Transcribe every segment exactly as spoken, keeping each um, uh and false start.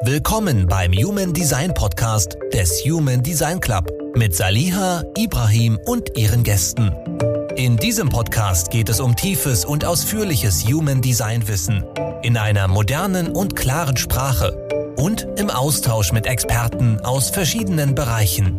Willkommen beim Human Design Podcast des Human Design Club mit Saliha, Ibrahim und ihren Gästen. In diesem Podcast geht es um tiefes und ausführliches Human Design Wissen in einer modernen und klaren Sprache und im Austausch mit Experten aus verschiedenen Bereichen.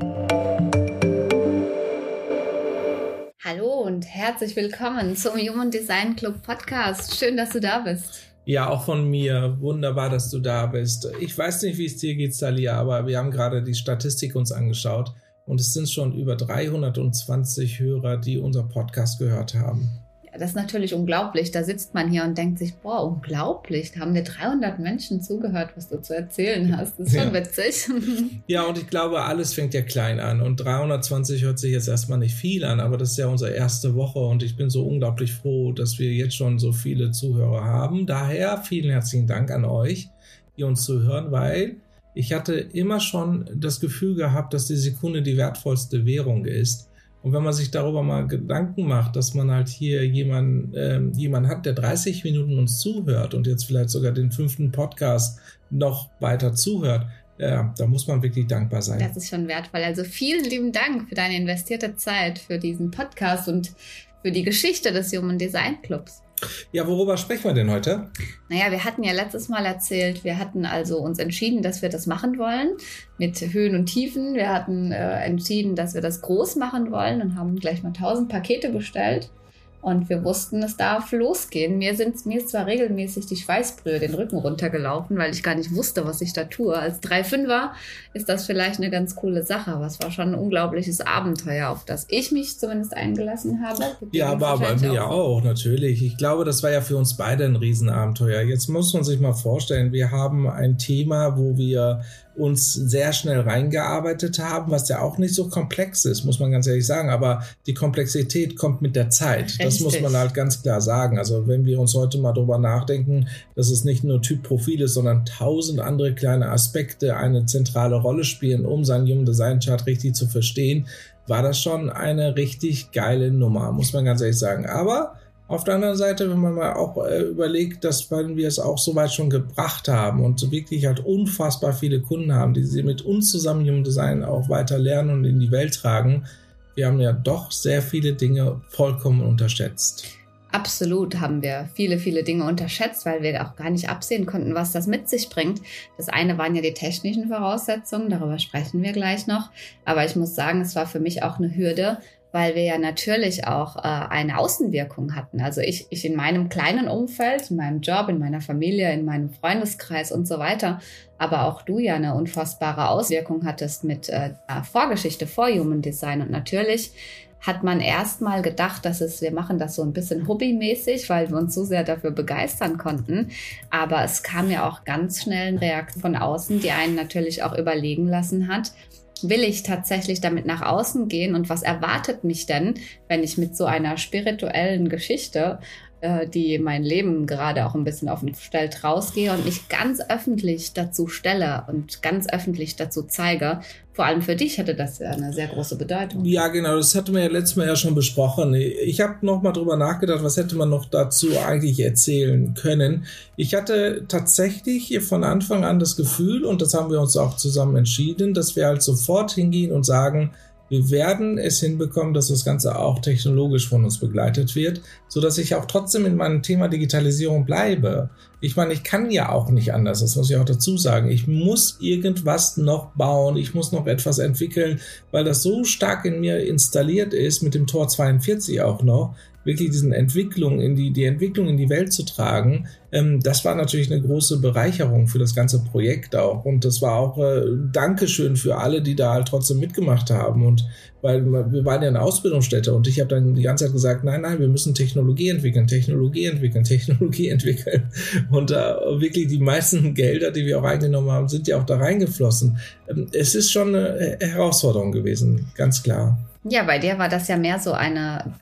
Hallo und herzlich willkommen zum Human Design Club Podcast. Schön, dass du da bist. Ja, auch von mir. Wunderbar, dass du da bist. Ich weiß nicht, wie es dir geht, Salia, aber wir haben gerade die Statistik uns angeschaut und es sind schon über dreihundertzwanzig Hörer, die unseren Podcast gehört haben. Ja, das ist natürlich unglaublich. Da sitzt man hier und denkt sich, boah, unglaublich. Da haben dir dreihundert Menschen zugehört, was du zu erzählen hast. Das ist schon ja witzig. Ja, und ich glaube, alles fängt ja klein an und dreihundertzwanzig hört sich jetzt erstmal nicht viel an, aber das ist ja unsere erste Woche und ich bin so unglaublich froh, dass wir jetzt schon so viele Zuhörer haben. Daher vielen herzlichen Dank an euch, die uns zuhören, weil ich hatte immer schon das Gefühl gehabt, dass die Sekunde die wertvollste Währung ist. Und wenn man sich darüber mal Gedanken macht, dass man halt hier jemanden ähm, jemand hat, der dreißig Minuten uns zuhört und jetzt vielleicht sogar den fünften Podcast noch weiter zuhört, ja, da muss man wirklich dankbar sein. Das ist schon wertvoll. Also vielen lieben Dank für deine investierte Zeit, für diesen Podcast und für die Geschichte des Human Design Clubs. Ja, worüber sprechen wir denn heute? Naja, wir hatten ja letztes Mal erzählt, wir hatten also uns entschieden, dass wir das machen wollen mit Höhen und Tiefen. Wir hatten äh, entschieden, dass wir das groß machen wollen und haben gleich mal tausend Pakete bestellt. Und wir wussten, es darf losgehen. Mir, sind, mir ist zwar regelmäßig die Schweißbrühe den Rücken runtergelaufen, weil ich gar nicht wusste, was ich da tue. Als drei Fünfer ist das vielleicht eine ganz coole Sache, aber es war schon ein unglaubliches Abenteuer, auf das ich mich zumindest eingelassen habe. Ja, aber bei mir auch. auch, natürlich. Ich glaube, das war ja für uns beide ein Riesenabenteuer. Jetzt muss man sich mal vorstellen, wir haben ein Thema, wo wir uns sehr schnell reingearbeitet haben, was ja auch nicht so komplex ist, muss man ganz ehrlich sagen, aber die Komplexität kommt mit der Zeit. Richtig. Das muss man halt ganz klar sagen. Also wenn wir uns heute mal drüber nachdenken, dass es nicht nur Typ Profil ist, sondern tausend andere kleine Aspekte eine zentrale Rolle spielen, um seinen Human Design Chart richtig zu verstehen, war das schon eine richtig geile Nummer, muss man ganz ehrlich sagen. Aber auf der anderen Seite, wenn man mal auch äh, überlegt, dass weil wir es auch so weit schon gebracht haben und wirklich halt unfassbar viele Kunden haben, die sie mit uns zusammen Human Design auch weiter lernen und in die Welt tragen, wir haben ja doch sehr viele Dinge vollkommen unterschätzt. Absolut haben wir viele, viele Dinge unterschätzt, weil wir auch gar nicht absehen konnten, was das mit sich bringt. Das eine waren ja die technischen Voraussetzungen, darüber sprechen wir gleich noch. Aber ich muss sagen, es war für mich auch eine Hürde, weil wir ja natürlich auch äh, eine Außenwirkung hatten. Also ich, ich in meinem kleinen Umfeld, in meinem Job, in meiner Familie, in meinem Freundeskreis und so weiter, aber auch du ja eine unfassbare Auswirkung hattest mit äh, Vorgeschichte vor Human Design. Und natürlich hat man erstmal gedacht, dass es, wir machen das so ein bisschen hobbymäßig, weil wir uns so sehr dafür begeistern konnten. Aber es kam ja auch ganz schnell eine Reaktion von außen, die einen natürlich auch überlegen lassen hat, will ich tatsächlich damit nach außen gehen und was erwartet mich denn, wenn ich mit so einer spirituellen Geschichte, äh, die mein Leben gerade auch ein bisschen auf den Stellt rausgehe und mich ganz öffentlich dazu stelle und ganz öffentlich dazu zeige. Vor allem für dich hatte das ja eine sehr große Bedeutung. Ja, genau, das hatten wir ja letztes Mal ja schon besprochen. Ich habe noch mal drüber nachgedacht, was hätte man noch dazu eigentlich erzählen können. Ich hatte tatsächlich von Anfang an das Gefühl, und das haben wir uns auch zusammen entschieden, dass wir halt sofort hingehen und sagen, wir werden es hinbekommen, dass das Ganze auch technologisch von uns begleitet wird, sodass ich auch trotzdem in meinem Thema Digitalisierung bleibe. Ich meine, ich kann ja auch nicht anders, das muss ich auch dazu sagen. Ich muss irgendwas noch bauen, ich muss noch etwas entwickeln, weil das so stark in mir installiert ist, mit dem Tor zweiundvierzig auch noch, wirklich diesen Entwicklung in die, die Entwicklung in die Welt zu tragen. Ähm, das war natürlich eine große Bereicherung für das ganze Projekt auch. Und das war auch äh, Dankeschön für alle, die da halt trotzdem mitgemacht haben. Und weil wir waren ja eine Ausbildungsstätte und ich habe dann die ganze Zeit gesagt, nein, nein, wir müssen Technologie entwickeln, Technologie entwickeln, Technologie entwickeln. Und äh, wirklich die meisten Gelder, die wir auch eingenommen haben, sind ja auch da reingeflossen. Ähm, es ist schon eine Herausforderung gewesen, ganz klar. Ja, bei dir war das ja mehr so eine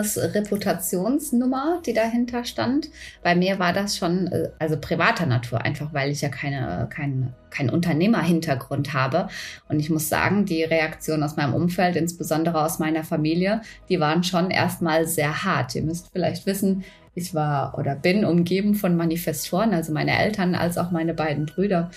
Business-Reputationsnummer, die dahinter stand. Bei mir war das schon, also privater Natur, einfach weil ich ja keine, kein, keinen Unternehmerhintergrund habe. Und ich muss sagen, die Reaktion aus meinem Umfeld, insbesondere aus meiner Familie, die waren schon erstmal sehr hart. Ihr müsst vielleicht wissen, ich war oder bin umgeben von Manifestoren, also meine Eltern als auch meine beiden Brüder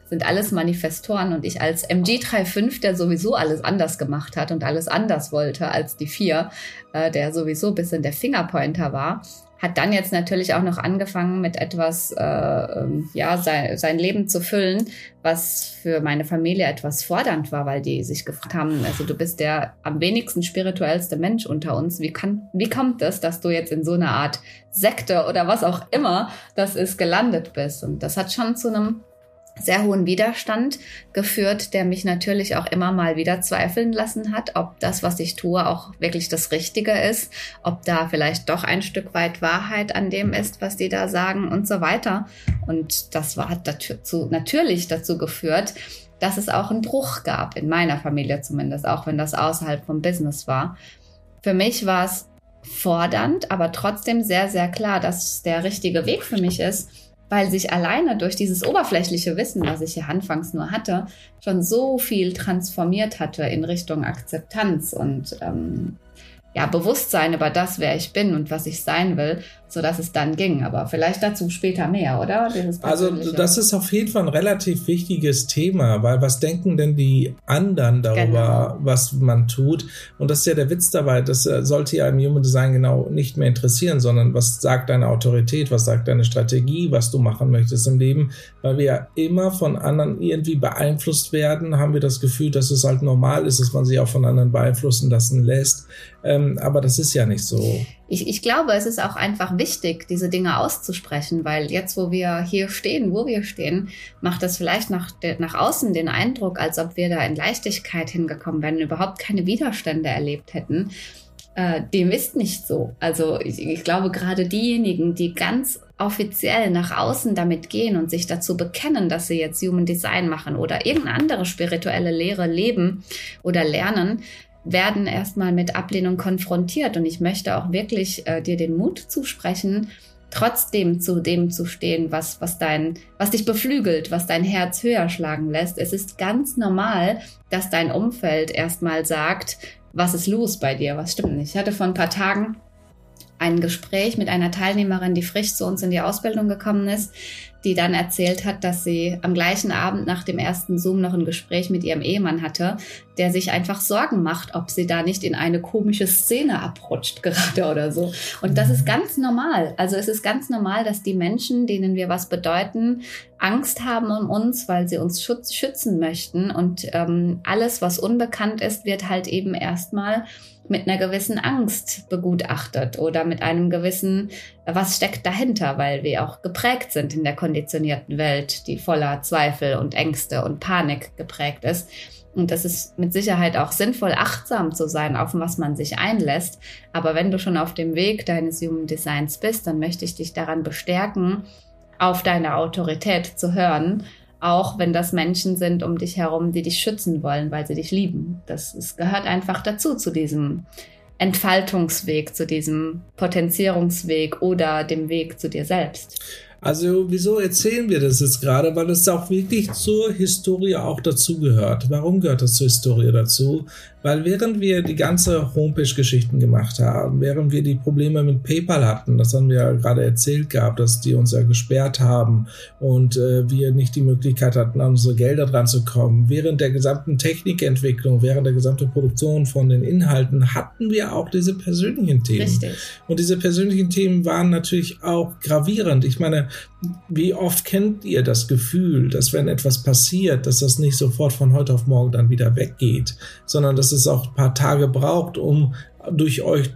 sind alles Manifestoren und ich als M G drei Punkt fünf, der sowieso alles anders gemacht hat und alles anders wollte als die vier, äh, der sowieso ein bisschen der Fingerpointer war, hat dann jetzt natürlich auch noch angefangen mit etwas, äh, ähm, ja, sein, sein Leben zu füllen, was für meine Familie etwas fordernd war, weil die sich gefragt haben, also du bist der am wenigsten spirituellste Mensch unter uns. Wie kann, wie kommt es, dass du jetzt in so einer Art Sekte oder was auch immer das ist, gelandet bist? Und das hat schon zu einem sehr hohen Widerstand geführt, der mich natürlich auch immer mal wieder zweifeln lassen hat, ob das, was ich tue, auch wirklich das Richtige ist, ob da vielleicht doch ein Stück weit Wahrheit an dem ist, was die da sagen und so weiter. Und das war, hat dazu, natürlich dazu geführt, dass es auch einen Bruch gab, in meiner Familie zumindest, auch wenn das außerhalb vom Business war. Für mich war es fordernd, aber trotzdem sehr, sehr klar, dass es der richtige Weg für mich ist, weil sich alleine durch dieses oberflächliche Wissen, was ich hier anfangs nur hatte, schon so viel transformiert hatte in Richtung Akzeptanz und ähm, ja, Bewusstsein über das, wer ich bin und was ich sein will, sodass es dann ging. Aber vielleicht dazu später mehr, oder? Also das ist auf jeden Fall ein relativ wichtiges Thema, weil was denken denn die anderen darüber, genau, was man tut? Und das ist ja der Witz dabei, das sollte ja im Human Design genau nicht mehr interessieren, sondern was sagt deine Autorität, was sagt deine Strategie, was du machen möchtest im Leben, weil wir ja immer von anderen irgendwie beeinflusst werden, haben wir das Gefühl, dass es halt normal ist, dass man sich auch von anderen beeinflussen lassen lässt. Ähm, aber das ist ja nicht so. Ich, ich glaube, es ist auch einfach wichtig, diese Dinge auszusprechen, weil jetzt, wo wir hier stehen, wo wir stehen, macht das vielleicht nach, nach außen den Eindruck, als ob wir da in Leichtigkeit hingekommen wären, überhaupt keine Widerstände erlebt hätten. Äh, dem ist nicht so. Also ich, ich glaube, gerade diejenigen, die ganz offiziell nach außen damit gehen und sich dazu bekennen, dass sie jetzt Human Design machen oder irgendeine andere spirituelle Lehre leben oder lernen, werden erstmal mit Ablehnung konfrontiert. Und ich möchte auch wirklich äh, dir den Mut zusprechen, trotzdem zu dem zu stehen, was, was, dein, was dich beflügelt, was dein Herz höher schlagen lässt. Es ist ganz normal, dass dein Umfeld erstmal sagt, was ist los bei dir, was stimmt nicht. Ich hatte vor ein paar Tagen ein Gespräch mit einer Teilnehmerin, die frisch zu uns in die Ausbildung gekommen ist, die dann erzählt hat, dass sie am gleichen Abend nach dem ersten Zoom noch ein Gespräch mit ihrem Ehemann hatte, der sich einfach Sorgen macht, ob sie da nicht in eine komische Szene abrutscht gerade oder so. Und das ist ganz normal. Also es ist ganz normal, dass die Menschen, denen wir was bedeuten, Angst haben um uns, weil sie uns schutz, schützen möchten. Und ähm, alles, was unbekannt ist, wird halt eben erstmal mit einer gewissen Angst begutachtet oder mit einem gewissen, was steckt dahinter, weil wir auch geprägt sind in der konditionierten Welt, die voller Zweifel und Ängste und Panik geprägt ist. Und das ist mit Sicherheit auch sinnvoll, achtsam zu sein, auf was man sich einlässt. Aber wenn du schon auf dem Weg deines Human Designs bist, dann möchte ich dich daran bestärken, auf deine Autorität zu hören, auch wenn das Menschen sind um dich herum, die dich schützen wollen, weil sie dich lieben. Das, das gehört einfach dazu, zu diesem Entfaltungsweg, zu diesem Potenzierungsweg oder dem Weg zu dir selbst. Also wieso erzählen wir das jetzt gerade? Weil es auch wirklich zur Historie auch dazugehört. Warum gehört das zur Historie dazu? Weil während wir die ganze Homepage-Geschichten gemacht haben, während wir die Probleme mit PayPal hatten, das haben wir ja gerade erzählt gehabt, dass die uns ja gesperrt haben und äh, wir nicht die Möglichkeit hatten, an unsere Gelder dran zu kommen, während der gesamten Technikentwicklung, während der gesamten Produktion von den Inhalten hatten wir auch diese persönlichen Themen. Richtig. Und diese persönlichen Themen waren natürlich auch gravierend. Ich meine, wie oft kennt ihr das Gefühl, dass wenn etwas passiert, dass das nicht sofort von heute auf morgen dann wieder weggeht, sondern dass es auch ein paar Tage braucht, um durch euch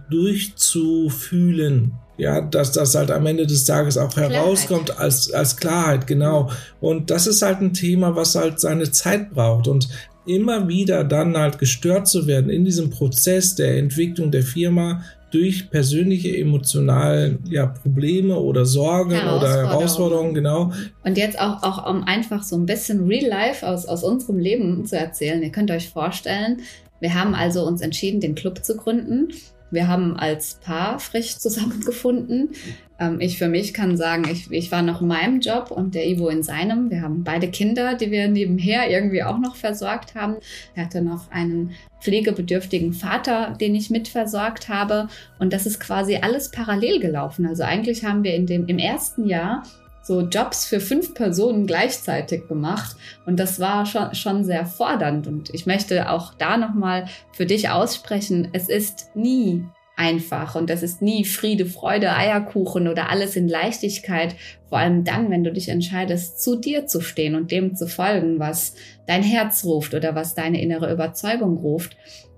durchzufühlen, ja, dass das halt am Ende des Tages auch Klarheit herauskommt als, als Klarheit, genau. Und das ist halt ein Thema, was halt seine Zeit braucht und immer wieder dann halt gestört zu werden in diesem Prozess der Entwicklung der Firma durch persönliche emotionale ja, Probleme oder Sorgen oder Herausforderungen, genau. Und jetzt auch, auch um einfach so ein bisschen Real Life aus, aus unserem Leben zu erzählen. Ihr könnt euch vorstellen, wir haben also uns entschieden, den Club zu gründen. Wir haben als Paar frisch zusammengefunden. Ähm, ich für mich kann sagen, ich, ich war noch in meinem Job und der Ivo in seinem. Wir haben beide Kinder, die wir nebenher irgendwie auch noch versorgt haben. Er hatte noch einen pflegebedürftigen Vater, den ich mitversorgt habe. Und das ist quasi alles parallel gelaufen. Also eigentlich haben wir in dem, im ersten Jahr so Jobs für fünf Personen gleichzeitig gemacht und das war schon, schon sehr fordernd und ich möchte auch da nochmal für dich aussprechen, es ist nie einfach und es ist nie Friede, Freude, Eierkuchen oder alles in Leichtigkeit, vor allem dann, wenn du dich entscheidest, zu dir zu stehen und dem zu folgen, was dein Herz ruft oder was deine innere Überzeugung ruft.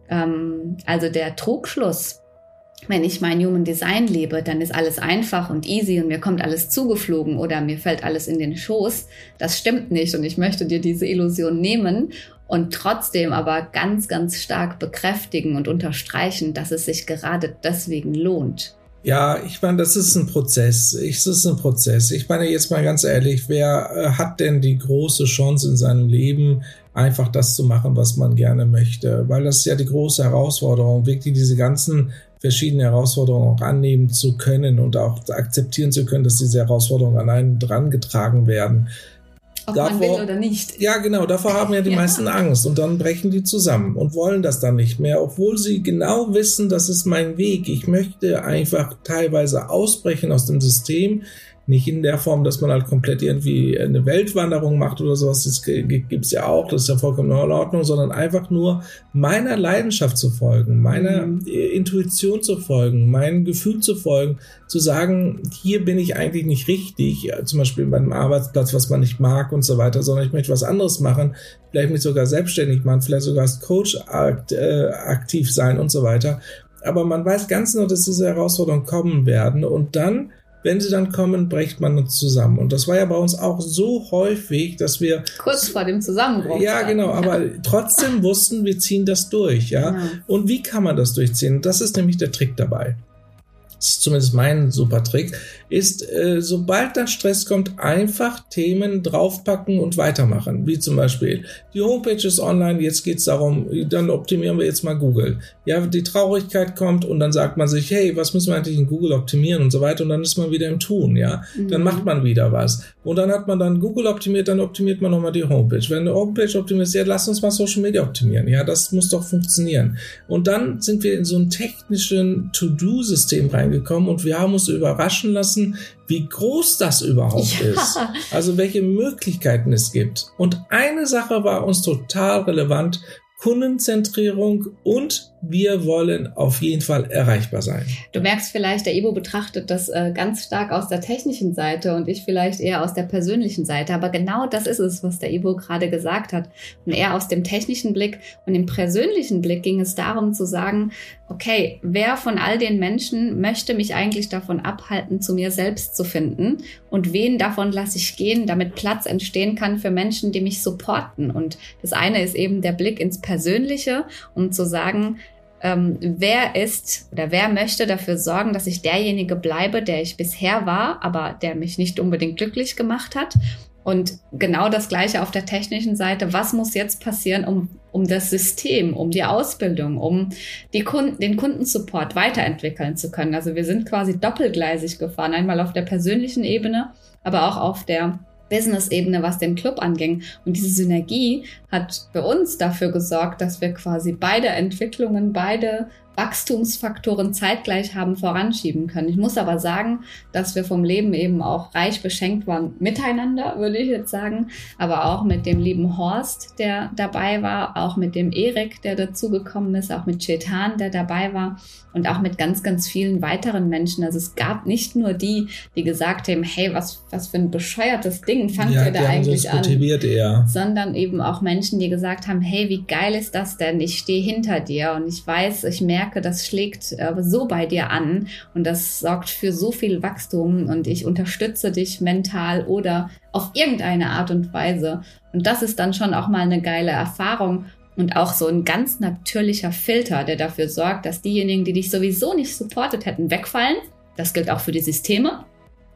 Ähm, also der Trugschluss, wenn ich mein Human Design lebe, dann ist alles einfach und easy und mir kommt alles zugeflogen oder mir fällt alles in den Schoß. Das stimmt nicht und ich möchte dir diese Illusion nehmen und trotzdem aber ganz, ganz stark bekräftigen und unterstreichen, dass es sich gerade deswegen lohnt. Ja, ich meine, das ist ein Prozess. Es ist ein Prozess. Ich meine jetzt mal ganz ehrlich, wer äh, hat denn die große Chance in seinem Leben, einfach das zu machen, was man gerne möchte? Weil das ist ja die große Herausforderung, wirklich diese ganzen verschiedene Herausforderungen auch annehmen zu können und auch akzeptieren zu können, dass diese Herausforderungen an einen drangetragen werden. Ob davor, man will oder nicht. Ja, genau, davor haben ja die ja. meisten Angst und dann brechen die zusammen und wollen das dann nicht mehr, obwohl sie genau wissen, das ist mein Weg. Ich möchte einfach teilweise ausbrechen aus dem System, nicht in der Form, dass man halt komplett irgendwie eine Weltwanderung macht oder sowas, das gibt's ja auch, das ist ja vollkommen in Ordnung, sondern einfach nur meiner Leidenschaft zu folgen, meiner mhm. Intuition zu folgen, meinem Gefühl zu folgen, zu sagen, hier bin ich eigentlich nicht richtig, zum Beispiel bei einem Arbeitsplatz, was man nicht mag und so weiter, sondern ich möchte was anderes machen, vielleicht mich sogar selbstständig machen, vielleicht sogar als Coach akt, äh, aktiv sein und so weiter. Aber man weiß ganz genau, dass diese Herausforderungen kommen werden und dann wenn sie dann kommen, bricht man uns zusammen. Und das war ja bei uns auch so häufig, dass wir... Kurz vor dem Zusammenbruch. Ja, genau. Aber trotzdem wussten, wir ziehen das durch. Ja? ja. Und wie kann man das durchziehen? Das ist nämlich der Trick dabei. Das ist zumindest mein super Trick, ist, äh, sobald da Stress kommt, einfach Themen draufpacken und weitermachen. Wie zum Beispiel, die Homepage ist online, jetzt geht's darum, dann optimieren wir jetzt mal Google. Ja, die Traurigkeit kommt und dann sagt man sich, hey, was müssen wir eigentlich in Google optimieren und so weiter und dann ist man wieder im Tun, ja. Mhm. Dann macht man wieder was. Und dann hat man dann Google optimiert, dann optimiert man nochmal die Homepage. Wenn eine Homepage optimiert ist, ja, lass uns mal Social Media optimieren. Ja, das muss doch funktionieren. Und dann sind wir in so ein technischen To-Do-System reingekommen und wir haben uns überraschen lassen, wie groß das überhaupt ja. ist. Also welche Möglichkeiten es gibt. Und eine Sache war uns total relevant, Kundenzentrierung und wir wollen auf jeden Fall erreichbar sein. Du merkst vielleicht, der Ibo betrachtet das äh, ganz stark aus der technischen Seite und ich vielleicht eher aus der persönlichen Seite. Aber genau das ist es, was der Ibo gerade gesagt hat. Und eher aus dem technischen Blick und dem persönlichen Blick ging es darum zu sagen, okay, wer von all den Menschen möchte mich eigentlich davon abhalten, zu mir selbst zu finden? Und wen davon lasse ich gehen, damit Platz entstehen kann für Menschen, die mich supporten? Und das eine ist eben der Blick ins Persönliche, um zu sagen, ähm, wer ist oder wer möchte dafür sorgen, dass ich derjenige bleibe, der ich bisher war, aber der mich nicht unbedingt glücklich gemacht hat. Und genau das Gleiche auf der technischen Seite. Was muss jetzt passieren, um, um das System, um die Ausbildung, um die Kunden, den Kundensupport weiterentwickeln zu können? Also wir sind quasi doppelgleisig gefahren. Einmal auf der persönlichen Ebene, aber auch auf der Business-Ebene, was den Club anging. Und diese Synergie hat bei uns dafür gesorgt, dass wir quasi beide Entwicklungen, beide Wachstumsfaktoren zeitgleich haben voranschieben können. Ich muss aber sagen, dass wir vom Leben eben auch reich beschenkt waren miteinander, würde ich jetzt sagen, aber auch mit dem lieben Horst, der dabei war, auch mit dem Erik, der dazugekommen ist, auch mit Chetan, der dabei war und auch mit ganz, ganz vielen weiteren Menschen. Also es gab nicht nur die, die gesagt haben, hey, was, was für ein bescheuertes Ding fangt ja, ihr da eigentlich an, motiviert eher. Sondern eben auch Menschen, die gesagt haben, hey, wie geil ist das denn? Ich stehe hinter dir und ich weiß, ich merke, das schlägt äh, so bei dir an und das sorgt für so viel Wachstum und ich unterstütze dich mental oder auf irgendeine Art und Weise. Und das ist dann schon auch mal eine geile Erfahrung und auch so ein ganz natürlicher Filter, der dafür sorgt, dass diejenigen, die dich sowieso nicht supportet hätten, wegfallen. Das gilt auch für die Systeme.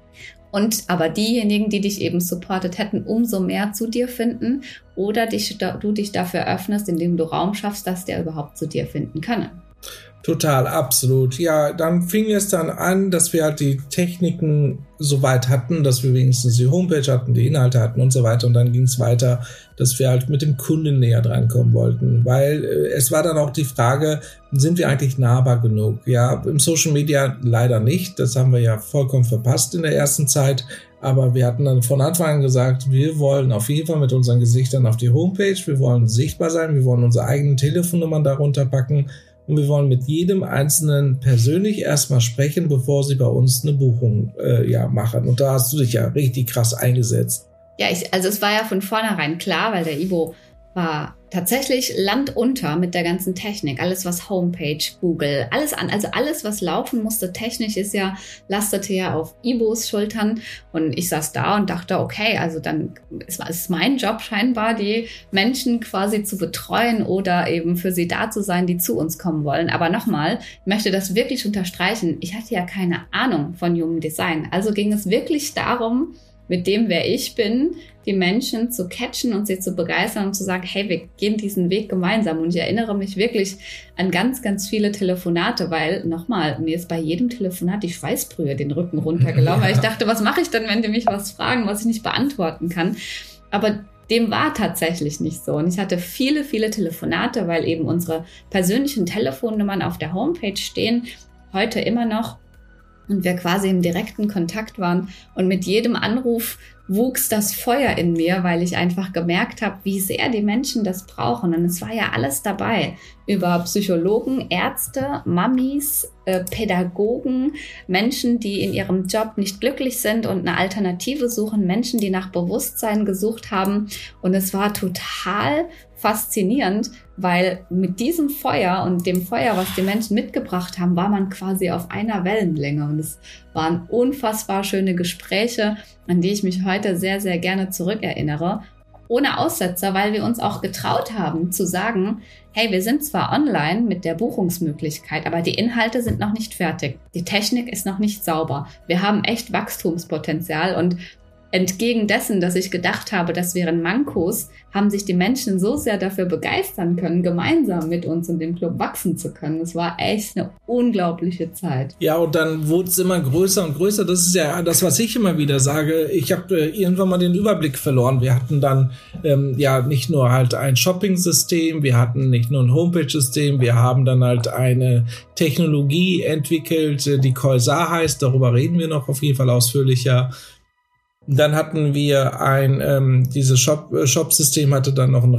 Und aber diejenigen, die dich eben supportet hätten, umso mehr zu dir finden oder dich, du dich dafür öffnest, indem du Raum schaffst, dass der überhaupt zu dir finden können. Total, absolut. Ja, dann fing es dann an, dass wir halt die Techniken so weit hatten, dass wir wenigstens die Homepage hatten, die Inhalte hatten und so weiter. Und dann ging es weiter, dass wir halt mit dem Kunden näher drankommen wollten. Weil äh, es war dann auch die Frage, sind wir eigentlich nahbar genug? Ja, im Social Media leider nicht. Das haben wir ja vollkommen verpasst in der ersten Zeit. Aber wir hatten dann von Anfang an gesagt, wir wollen auf jeden Fall mit unseren Gesichtern auf die Homepage, wir wollen sichtbar sein, wir wollen unsere eigenen Telefonnummern darunter packen und wir wollen mit jedem Einzelnen persönlich erstmal sprechen, bevor sie bei uns eine Buchung äh, ja, machen. Und da hast du dich ja richtig krass eingesetzt. Ja, ich, also es war ja von vornherein klar, weil der Ibo war tatsächlich landunter mit der ganzen Technik. Alles, was Homepage, Google, alles an, also alles, was laufen musste, technisch ist ja, lastete ja auf Ibos Schultern. Und ich saß da und dachte, okay, also dann ist es mein Job scheinbar, die Menschen quasi zu betreuen oder eben für sie da zu sein, die zu uns kommen wollen. Aber nochmal, ich möchte das wirklich unterstreichen. Ich hatte ja keine Ahnung von Human Design. Also ging es wirklich darum, mit dem, wer ich bin, die Menschen zu catchen und sie zu begeistern und zu sagen, hey, wir gehen diesen Weg gemeinsam. Und ich erinnere mich wirklich an ganz, ganz viele Telefonate, weil, nochmal, mir ist bei jedem Telefonat die Schweißbrühe den Rücken runtergelaufen, ja. Weil ich dachte, was mache ich denn, wenn die mich was fragen, was ich nicht beantworten kann? Aber dem war tatsächlich nicht so. Und ich hatte viele, viele Telefonate, weil eben unsere persönlichen Telefonnummern auf der Homepage stehen, heute immer noch. Und wir quasi im direkten Kontakt waren. Und mit jedem Anruf wuchs das Feuer in mir, weil ich einfach gemerkt habe, wie sehr die Menschen das brauchen. Und es war ja alles dabei. Über Psychologen, Ärzte, Mamis, äh, Pädagogen, Menschen, die in ihrem Job nicht glücklich sind und eine Alternative suchen, Menschen, die nach Bewusstsein gesucht haben. Und es war total faszinierend, weil mit diesem Feuer und dem Feuer, was die Menschen mitgebracht haben, war man quasi auf einer Wellenlänge. Und es waren unfassbar schöne Gespräche, an die ich mich heute sehr, sehr gerne zurückerinnere. Ohne Aussetzer, weil wir uns auch getraut haben zu sagen, hey, wir sind zwar online mit der Buchungsmöglichkeit, aber die Inhalte sind noch nicht fertig. Die Technik ist noch nicht sauber. Wir haben echt Wachstumspotenzial und entgegen dessen, dass ich gedacht habe, das wären Mankos, haben sich die Menschen so sehr dafür begeistern können, gemeinsam mit uns und dem Club wachsen zu können. Es war echt eine unglaubliche Zeit. Ja, und dann wurde es immer größer und größer. Das ist ja das, was ich immer wieder sage. Ich habe äh, irgendwann mal den Überblick verloren. Wir hatten dann ähm, ja nicht nur halt ein Shopping-System, wir hatten nicht nur ein Homepage-System, wir haben dann halt eine Technologie entwickelt, die Koisar heißt. Darüber reden wir noch auf jeden Fall ausführlicher. Dann hatten wir ein, ähm, dieses Shop, Shop-System hatte dann noch ein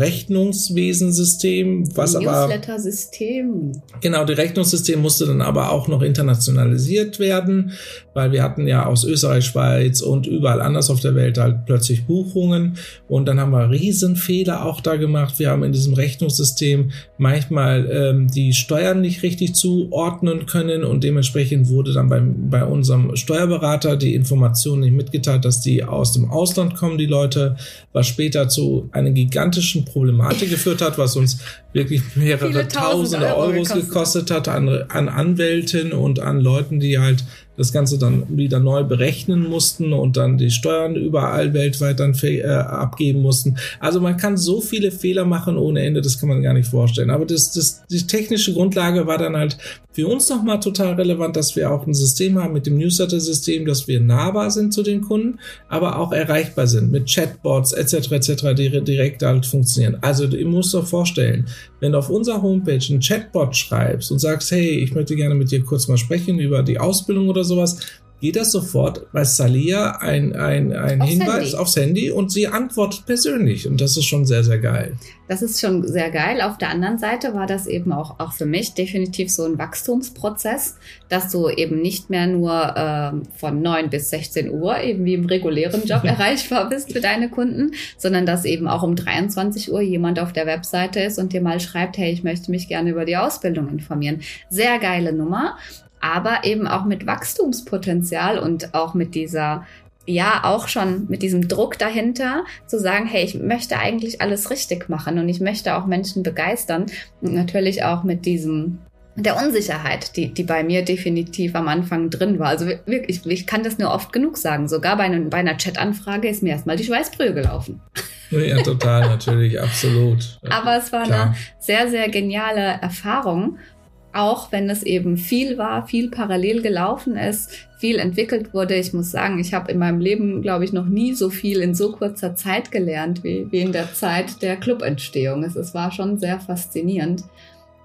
Rechnungswesensystem, was ein aber... Newsletter-System. Genau, das Rechnungssystem musste dann aber auch noch internationalisiert werden, weil wir hatten ja aus Österreich, Schweiz und überall anders auf der Welt halt plötzlich Buchungen und dann haben wir Riesenfehler auch da gemacht. Wir haben in diesem Rechnungssystem manchmal ähm, die Steuern nicht richtig zuordnen können und dementsprechend wurde dann beim, bei unserem Steuerberater die Information nicht mitgeteilt, dass die aus dem Ausland kommen, die Leute, was später zu einer gigantischen Problematik geführt hat, was uns wirklich mehrere tausende Euro Euros gekostet, gekostet hat an, an Anwälten und an Leuten, die halt das Ganze dann wieder neu berechnen mussten und dann die Steuern überall weltweit dann äh, abgeben mussten. Also man kann so viele Fehler machen ohne Ende, das kann man gar nicht vorstellen. Aber das, das, die technische Grundlage war dann halt für uns nochmal total relevant, dass wir auch ein System haben mit dem Newsletter-System, dass wir nahbar sind zu den Kunden, aber auch erreichbar sind mit Chatbots et cetera et cetera, die direkt halt funktionieren. Also ihr müsst euch vorstellen, wenn du auf unserer Homepage einen Chatbot schreibst und sagst, hey, ich möchte gerne mit dir kurz mal sprechen über die Ausbildung oder sowas, geht das sofort bei Salia ein, ein, ein aufs Hinweis Handy. aufs Handy und sie antwortet persönlich. Und das ist schon sehr, sehr geil. Das ist schon sehr geil. Auf der anderen Seite war das eben auch, auch für mich definitiv so ein Wachstumsprozess, dass du eben nicht mehr nur ähm, von neun bis sechzehn Uhr eben wie im regulären Job erreichbar bist für deine Kunden, sondern dass eben auch um dreiundzwanzig Uhr jemand auf der Webseite ist und dir mal schreibt, hey, ich möchte mich gerne über die Ausbildung informieren. Sehr geile Nummer. Aber eben auch mit Wachstumspotenzial und auch mit dieser, ja, auch schon mit diesem Druck dahinter, zu sagen, hey, ich möchte eigentlich alles richtig machen und ich möchte auch Menschen begeistern. Und natürlich auch mit diesem, der Unsicherheit, die, die bei mir definitiv am Anfang drin war. Also wirklich, ich kann das nur oft genug sagen. Sogar bei, einer, bei einer Chat-Anfrage ist mir erstmal die Schweißbrühe gelaufen. Ja, total, natürlich, absolut. Aber es war Klar. eine sehr, sehr geniale Erfahrung. Auch wenn es eben viel war, viel parallel gelaufen ist, viel entwickelt wurde. Ich muss sagen, ich habe in meinem Leben, glaube ich, noch nie so viel in so kurzer Zeit gelernt, wie, wie in der Zeit der Clubentstehung. Es, es war schon sehr faszinierend.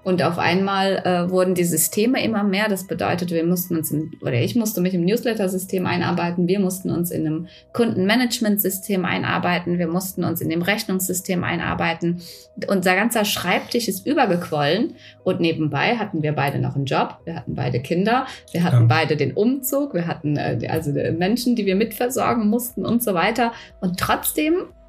Und auf einmal äh, wurden die Systeme immer mehr. Das bedeutet, wir mussten uns, in, oder ich musste mich im Newsletter-System einarbeiten. Wir mussten uns in einem Kundenmanagement-System einarbeiten. Wir mussten uns in dem Rechnungssystem einarbeiten. Unser ganzer Schreibtisch ist übergequollen. Und nebenbei hatten wir beide noch einen Job. Wir hatten beide Kinder. Wir hatten ja. beide den Umzug. Wir hatten äh, also Menschen, die wir mitversorgen mussten und so weiter. Und trotzdem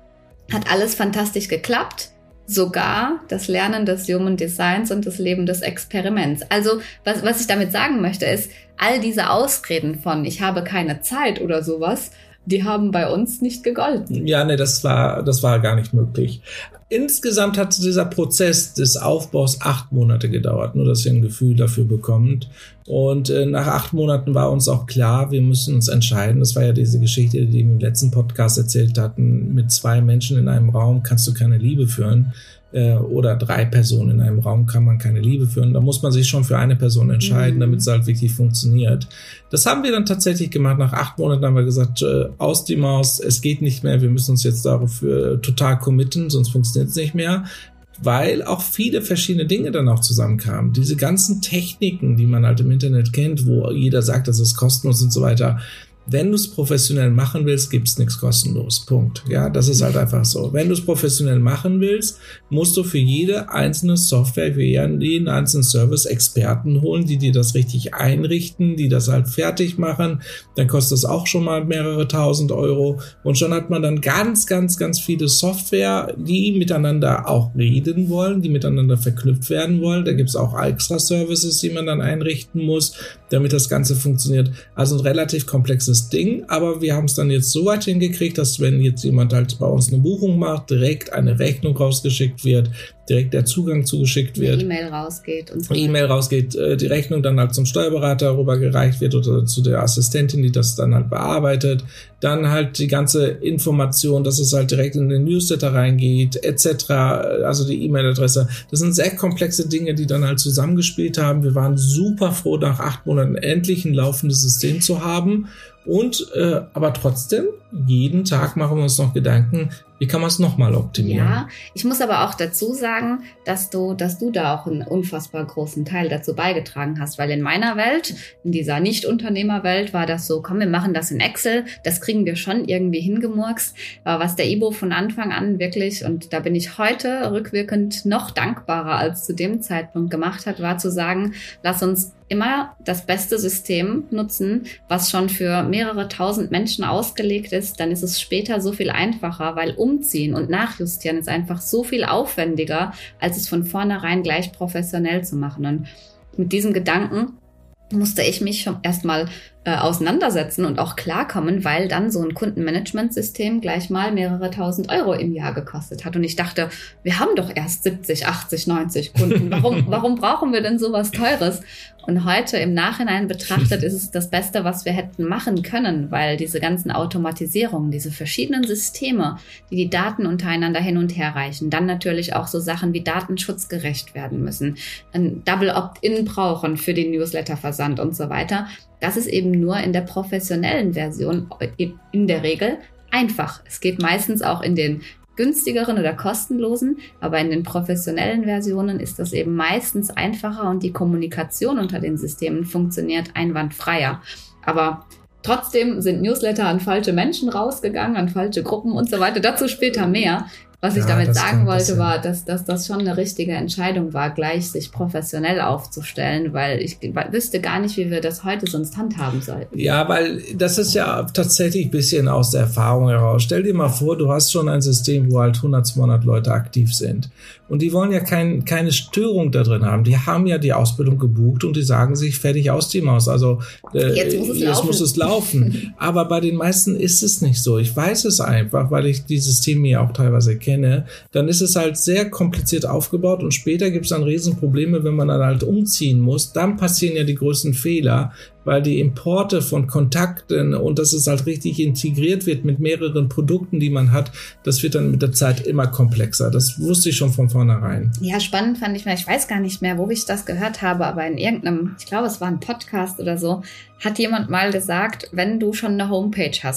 hat alles fantastisch geklappt. Sogar das Lernen des Human Designs und das Leben des Experiments. Also was, was ich damit sagen möchte, ist, all diese Ausreden von ich habe keine Zeit oder sowas, die haben bei uns nicht gegolten. Ja, nee, das war, das war gar nicht möglich. Insgesamt hat dieser Prozess des Aufbaus acht Monate gedauert, nur dass ihr ein Gefühl dafür bekommt. Und äh, nach acht Monaten war uns auch klar, wir müssen uns entscheiden. Das war ja diese Geschichte, die wir im letzten Podcast erzählt hatten. Mit zwei Menschen in einem Raum kannst du keine Liebe führen. Äh, oder drei Personen in einem Raum kann man keine Liebe führen. Da muss man sich schon für eine Person entscheiden, mhm. damit es halt wirklich funktioniert. Das haben wir dann tatsächlich gemacht. Nach acht Monaten haben wir gesagt, äh, aus die Maus, es geht nicht mehr. Wir müssen uns jetzt dafür äh, total committen, sonst funktioniert es nicht mehr. Weil auch viele verschiedene Dinge dann auch zusammenkamen. Diese ganzen Techniken, die man halt im Internet kennt, wo jeder sagt, das ist kostenlos und so weiter. Wenn du es professionell machen willst, gibt's nichts kostenlos. Punkt. Ja, das ist halt einfach so. Wenn du es professionell machen willst, musst du für jede einzelne Software, für jeden einzelnen Service Experten holen, die dir das richtig einrichten, die das halt fertig machen. Dann kostet es auch schon mal mehrere tausend Euro. Und schon hat man dann ganz, ganz, ganz viele Software, die miteinander auch reden wollen, die miteinander verknüpft werden wollen. Da gibt's auch extra Services, die man dann einrichten muss, damit das Ganze funktioniert. Also ein relativ komplexes Ding, aber wir haben es dann jetzt so weit hingekriegt, dass wenn jetzt jemand halt bei uns eine Buchung macht, direkt eine Rechnung rausgeschickt wird, direkt der Zugang zugeschickt wird, E-Mail rausgeht und so E-Mail rausgeht, die Rechnung dann halt zum Steuerberater rübergereicht wird oder zu der Assistentin, die das dann halt bearbeitet, dann halt die ganze Information, dass es halt direkt in den Newsletter reingeht, et cetera, also die E-Mail-Adresse. Das sind sehr komplexe Dinge, die dann halt zusammengespielt haben. Wir waren super froh, nach acht Monaten endlich ein laufendes System zu haben. Und äh, aber trotzdem, jeden Tag machen wir uns noch Gedanken, wie kann man es nochmal optimieren? Ja, ich muss aber auch dazu sagen, dass du, dass du da auch einen unfassbar großen Teil dazu beigetragen hast, weil in meiner Welt, in dieser Nicht-Unternehmer-Welt, war das so, komm, wir machen das in Excel, das kriegen wir schon irgendwie hingemurkst. Aber was der Ibo von Anfang an wirklich, und da bin ich heute rückwirkend noch dankbarer als zu dem Zeitpunkt gemacht hat, war zu sagen, lass uns immer das beste System nutzen, was schon für mehrere tausend Menschen ausgelegt ist, dann ist es später so viel einfacher, weil umziehen und nachjustieren ist einfach so viel aufwendiger, als es von vornherein gleich professionell zu machen. Und mit diesem Gedanken musste ich mich schon erstmal äh, auseinandersetzen und auch klarkommen, weil dann so ein Kundenmanagementsystem gleich mal mehrere tausend Euro im Jahr gekostet hat. Und ich dachte, wir haben doch erst siebzig, achtzig, neunzig Kunden. Warum, warum brauchen wir denn sowas Teures? Und heute im Nachhinein betrachtet ist es das Beste, was wir hätten machen können, weil diese ganzen Automatisierungen, diese verschiedenen Systeme, die die Daten untereinander hin und her reichen, dann natürlich auch so Sachen wie datenschutzgerecht werden müssen, ein Double Opt-in brauchen für den Newsletterversand und so weiter. Das ist eben nur in der professionellen Version in der Regel einfach. Es geht meistens auch in den günstigeren oder kostenlosen, aber in den professionellen Versionen ist das eben meistens einfacher und die Kommunikation unter den Systemen funktioniert einwandfreier. Aber trotzdem sind Newsletter an falsche Menschen rausgegangen, an falsche Gruppen und so weiter. Dazu später mehr. Was ich ja, damit sagen wollte, war, dass, dass das schon eine richtige Entscheidung war, gleich sich professionell aufzustellen, weil ich wüsste gar nicht, wie wir das heute sonst handhaben sollten. Ja, weil das ist ja tatsächlich ein bisschen aus der Erfahrung heraus. Stell dir mal vor, du hast schon ein System, wo halt hundert, zweihundert Leute aktiv sind. Und die wollen ja kein, keine Störung da drin haben. Die haben ja die Ausbildung gebucht und die sagen sich, fertig aus die Maus. Also äh, jetzt muss es jetzt laufen. Muss es laufen. Aber bei den meisten ist es nicht so. Ich weiß es einfach, weil ich die Systeme ja auch teilweise kenne. Dann ist es halt sehr kompliziert aufgebaut und später gibt es dann Riesenprobleme, wenn man dann halt umziehen muss. Dann passieren ja die größten Fehler, weil die Importe von Kontakten und dass es halt richtig integriert wird mit mehreren Produkten, die man hat, das wird dann mit der Zeit immer komplexer. Das wusste ich schon von vornherein. Ja, spannend fand ich mal, ich weiß gar nicht mehr, wo ich das gehört habe, aber in irgendeinem, ich glaube, es war ein Podcast oder so, hat jemand mal gesagt, wenn du schon eine Homepage hast,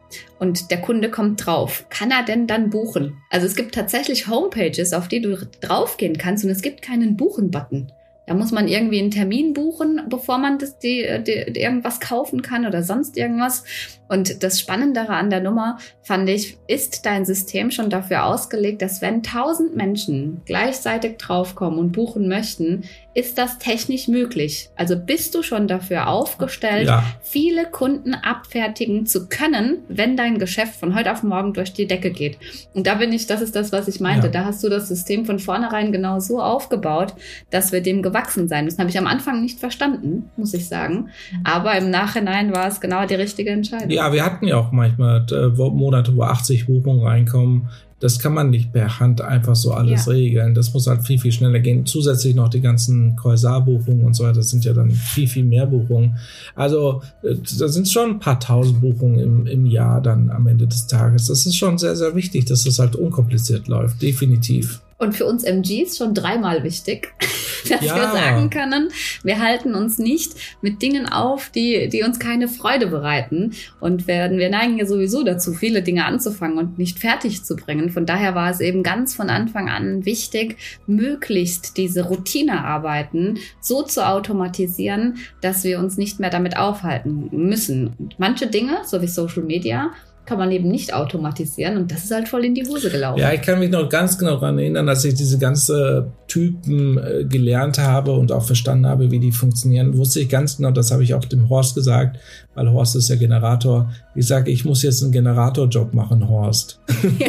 und der Kunde kommt drauf. Kann er denn dann buchen? Also es gibt tatsächlich Homepages, auf die du draufgehen kannst und es gibt keinen Buchen-Button. Da muss man irgendwie einen Termin buchen, bevor man das, die, die, die irgendwas kaufen kann oder sonst irgendwas. Und das Spannendere an der Nummer, fand ich, ist dein System schon dafür ausgelegt, dass wenn tausend Menschen gleichzeitig draufkommen und buchen möchten, ist das technisch möglich. Also bist du schon dafür aufgestellt, ja. viele Kunden abfertigen zu können, wenn dein Geschäft von heute auf morgen durch die Decke geht. Und da bin ich, das ist das, was ich meinte. Ja. Da hast du das System von vornherein genau so aufgebaut, dass wir dem gewachsen sein müssen. Habe ich am Anfang nicht verstanden, muss ich sagen. Aber im Nachhinein war es genau die richtige Entscheidung. Ja, wir hatten ja auch manchmal äh, Monate, wo achtzig Buchungen reinkommen. Das kann man nicht per Hand einfach so alles ja. regeln. Das muss halt viel, viel schneller gehen. Zusätzlich noch die ganzen Käusarbuchungen und so weiter. Das sind ja dann viel, viel mehr Buchungen. Also da sind schon ein paar tausend Buchungen im, im Jahr dann am Ende des Tages. Das ist schon sehr, sehr wichtig, dass das halt unkompliziert läuft. Definitiv. Und für uns M Gs schon dreimal wichtig, dass ja. wir sagen können, wir halten uns nicht mit Dingen auf, die, die uns keine Freude bereiten. Und wir, wir neigen ja sowieso dazu, viele Dinge anzufangen und nicht fertig zu bringen. Von daher war es eben ganz von Anfang an wichtig, möglichst diese Routinearbeiten so zu automatisieren, dass wir uns nicht mehr damit aufhalten müssen. Und manche Dinge, so wie Social Media, kann man eben nicht automatisieren und das ist halt voll in die Hose gelaufen. Ja, ich kann mich noch ganz genau daran erinnern, dass ich diese ganzen Typen äh, gelernt habe und auch verstanden habe, wie die funktionieren. Wusste ich ganz genau, das habe ich auch dem Horst gesagt, weil Horst ist ja Generator. Ich sage, ich muss jetzt einen Generatorjob machen, Horst. Ja.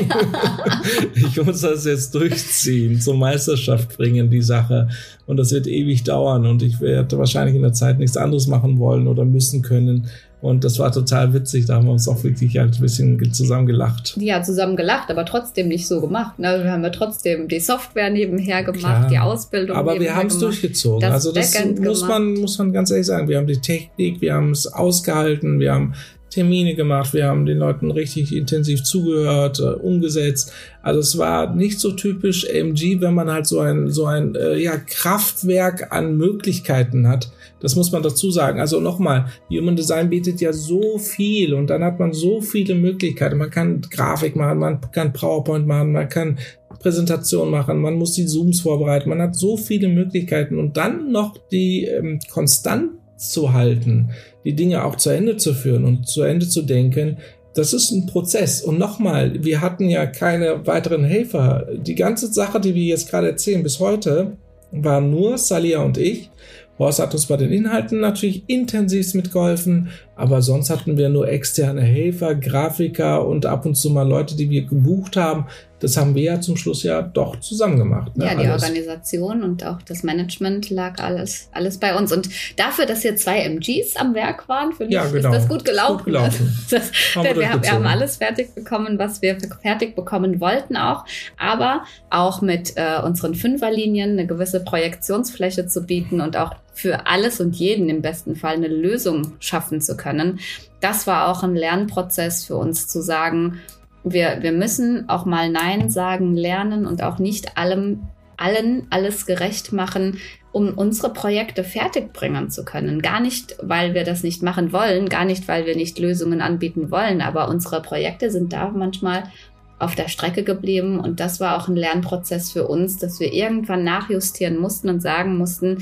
Ich muss das jetzt durchziehen, zur Meisterschaft bringen, die Sache. Und das wird ewig dauern und ich werde wahrscheinlich in der Zeit nichts anderes machen wollen oder müssen können. Und das war total witzig, da haben wir uns auch wirklich halt ein bisschen zusammen gelacht. Ja, zusammen gelacht, aber trotzdem nicht so gemacht. Ne? Wir haben ja trotzdem die Software nebenher gemacht, Klar. die Ausbildung aber nebenher wir haben es durchgezogen. Das also das Backend muss man, muss man ganz ehrlich sagen. Wir haben die Technik, wir haben es ausgehalten, wir haben Termine gemacht, wir haben den Leuten richtig intensiv zugehört, äh, umgesetzt. Also es war nicht so typisch M G, wenn man halt so ein so ein äh, ja Kraftwerk an Möglichkeiten hat. Das muss man dazu sagen. Also nochmal, Human Design bietet ja so viel und dann hat man so viele Möglichkeiten. Man kann Grafik machen, man kann PowerPoint machen, man kann Präsentation machen, man muss die Zooms vorbereiten. Man hat so viele Möglichkeiten und dann noch die ähm, konstant zu halten, die Dinge auch zu Ende zu führen und zu Ende zu denken, das ist ein Prozess. Und nochmal, wir hatten ja keine weiteren Helfer. Die ganze Sache, die wir jetzt gerade erzählen, bis heute, waren nur Saliha und ich. Horst hat uns bei den Inhalten natürlich intensiv mitgeholfen, aber sonst hatten wir nur externe Helfer, Grafiker und ab und zu mal Leute, die wir gebucht haben. Das haben wir ja zum Schluss ja doch zusammen gemacht. Ne? Ja, die alles. Organisation und auch das Management lag alles, alles bei uns. Und dafür, dass hier zwei M Gs am Werk waren, finde ja, ich, genau. ist das gut gelaufen. Gut gelaufen. Das, haben wir, wir, haben, wir haben alles fertig bekommen, was wir fertig bekommen wollten auch. Aber auch mit äh, unseren Fünferlinien eine gewisse Projektionsfläche zu bieten und auch für alles und jeden im besten Fall eine Lösung schaffen zu können. Das war auch ein Lernprozess für uns zu sagen, wir, wir müssen auch mal Nein sagen lernen und auch nicht allem, allen alles gerecht machen, um unsere Projekte fertig bringen zu können. Gar nicht, weil wir das nicht machen wollen, gar nicht, weil wir nicht Lösungen anbieten wollen, aber unsere Projekte sind da manchmal auf der Strecke geblieben und das war auch ein Lernprozess für uns, dass wir irgendwann nachjustieren mussten und sagen mussten,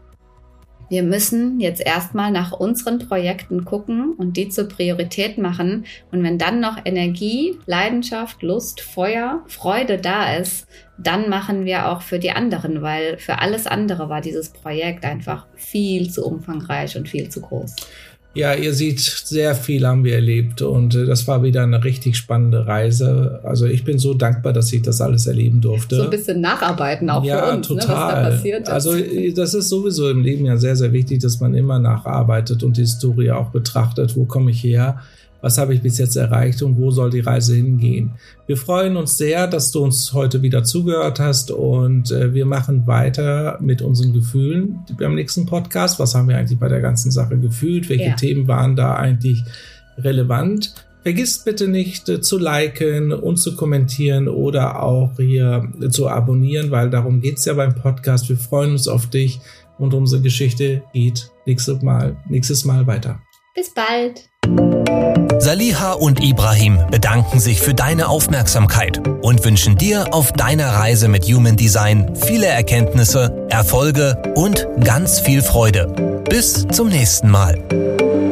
wir müssen jetzt erstmal nach unseren Projekten gucken und die zur Priorität machen. Und wenn dann noch Energie, Leidenschaft, Lust, Feuer, Freude da ist, dann machen wir auch für die anderen, weil für alles andere war dieses Projekt einfach viel zu umfangreich und viel zu groß. Ja, ihr seht, sehr viel haben wir erlebt und äh, das war wieder eine richtig spannende Reise. Also ich bin so dankbar, dass ich das alles erleben durfte. So ein bisschen nacharbeiten auch ja, für uns, total. Ne, was da passiert ist. Also das ist sowieso im Leben ja sehr, sehr wichtig, dass man immer nacharbeitet und die Historie auch betrachtet. Wo komme ich her? Was habe ich bis jetzt erreicht und wo soll die Reise hingehen? Wir freuen uns sehr, dass du uns heute wieder zugehört hast und äh, wir machen weiter mit unseren Gefühlen beim nächsten Podcast. Was haben wir eigentlich bei der ganzen Sache gefühlt? Welche ja. Themen waren da eigentlich relevant? Vergiss bitte nicht äh, zu liken und zu kommentieren oder auch hier äh, zu abonnieren, weil darum geht's ja beim Podcast. Wir freuen uns auf dich und unsere Geschichte geht nächstes Mal, nächstes Mal weiter. Bis bald. Saliha und Ibrahim bedanken sich für deine Aufmerksamkeit und wünschen dir auf deiner Reise mit Human Design viele Erkenntnisse, Erfolge und ganz viel Freude. Bis zum nächsten Mal.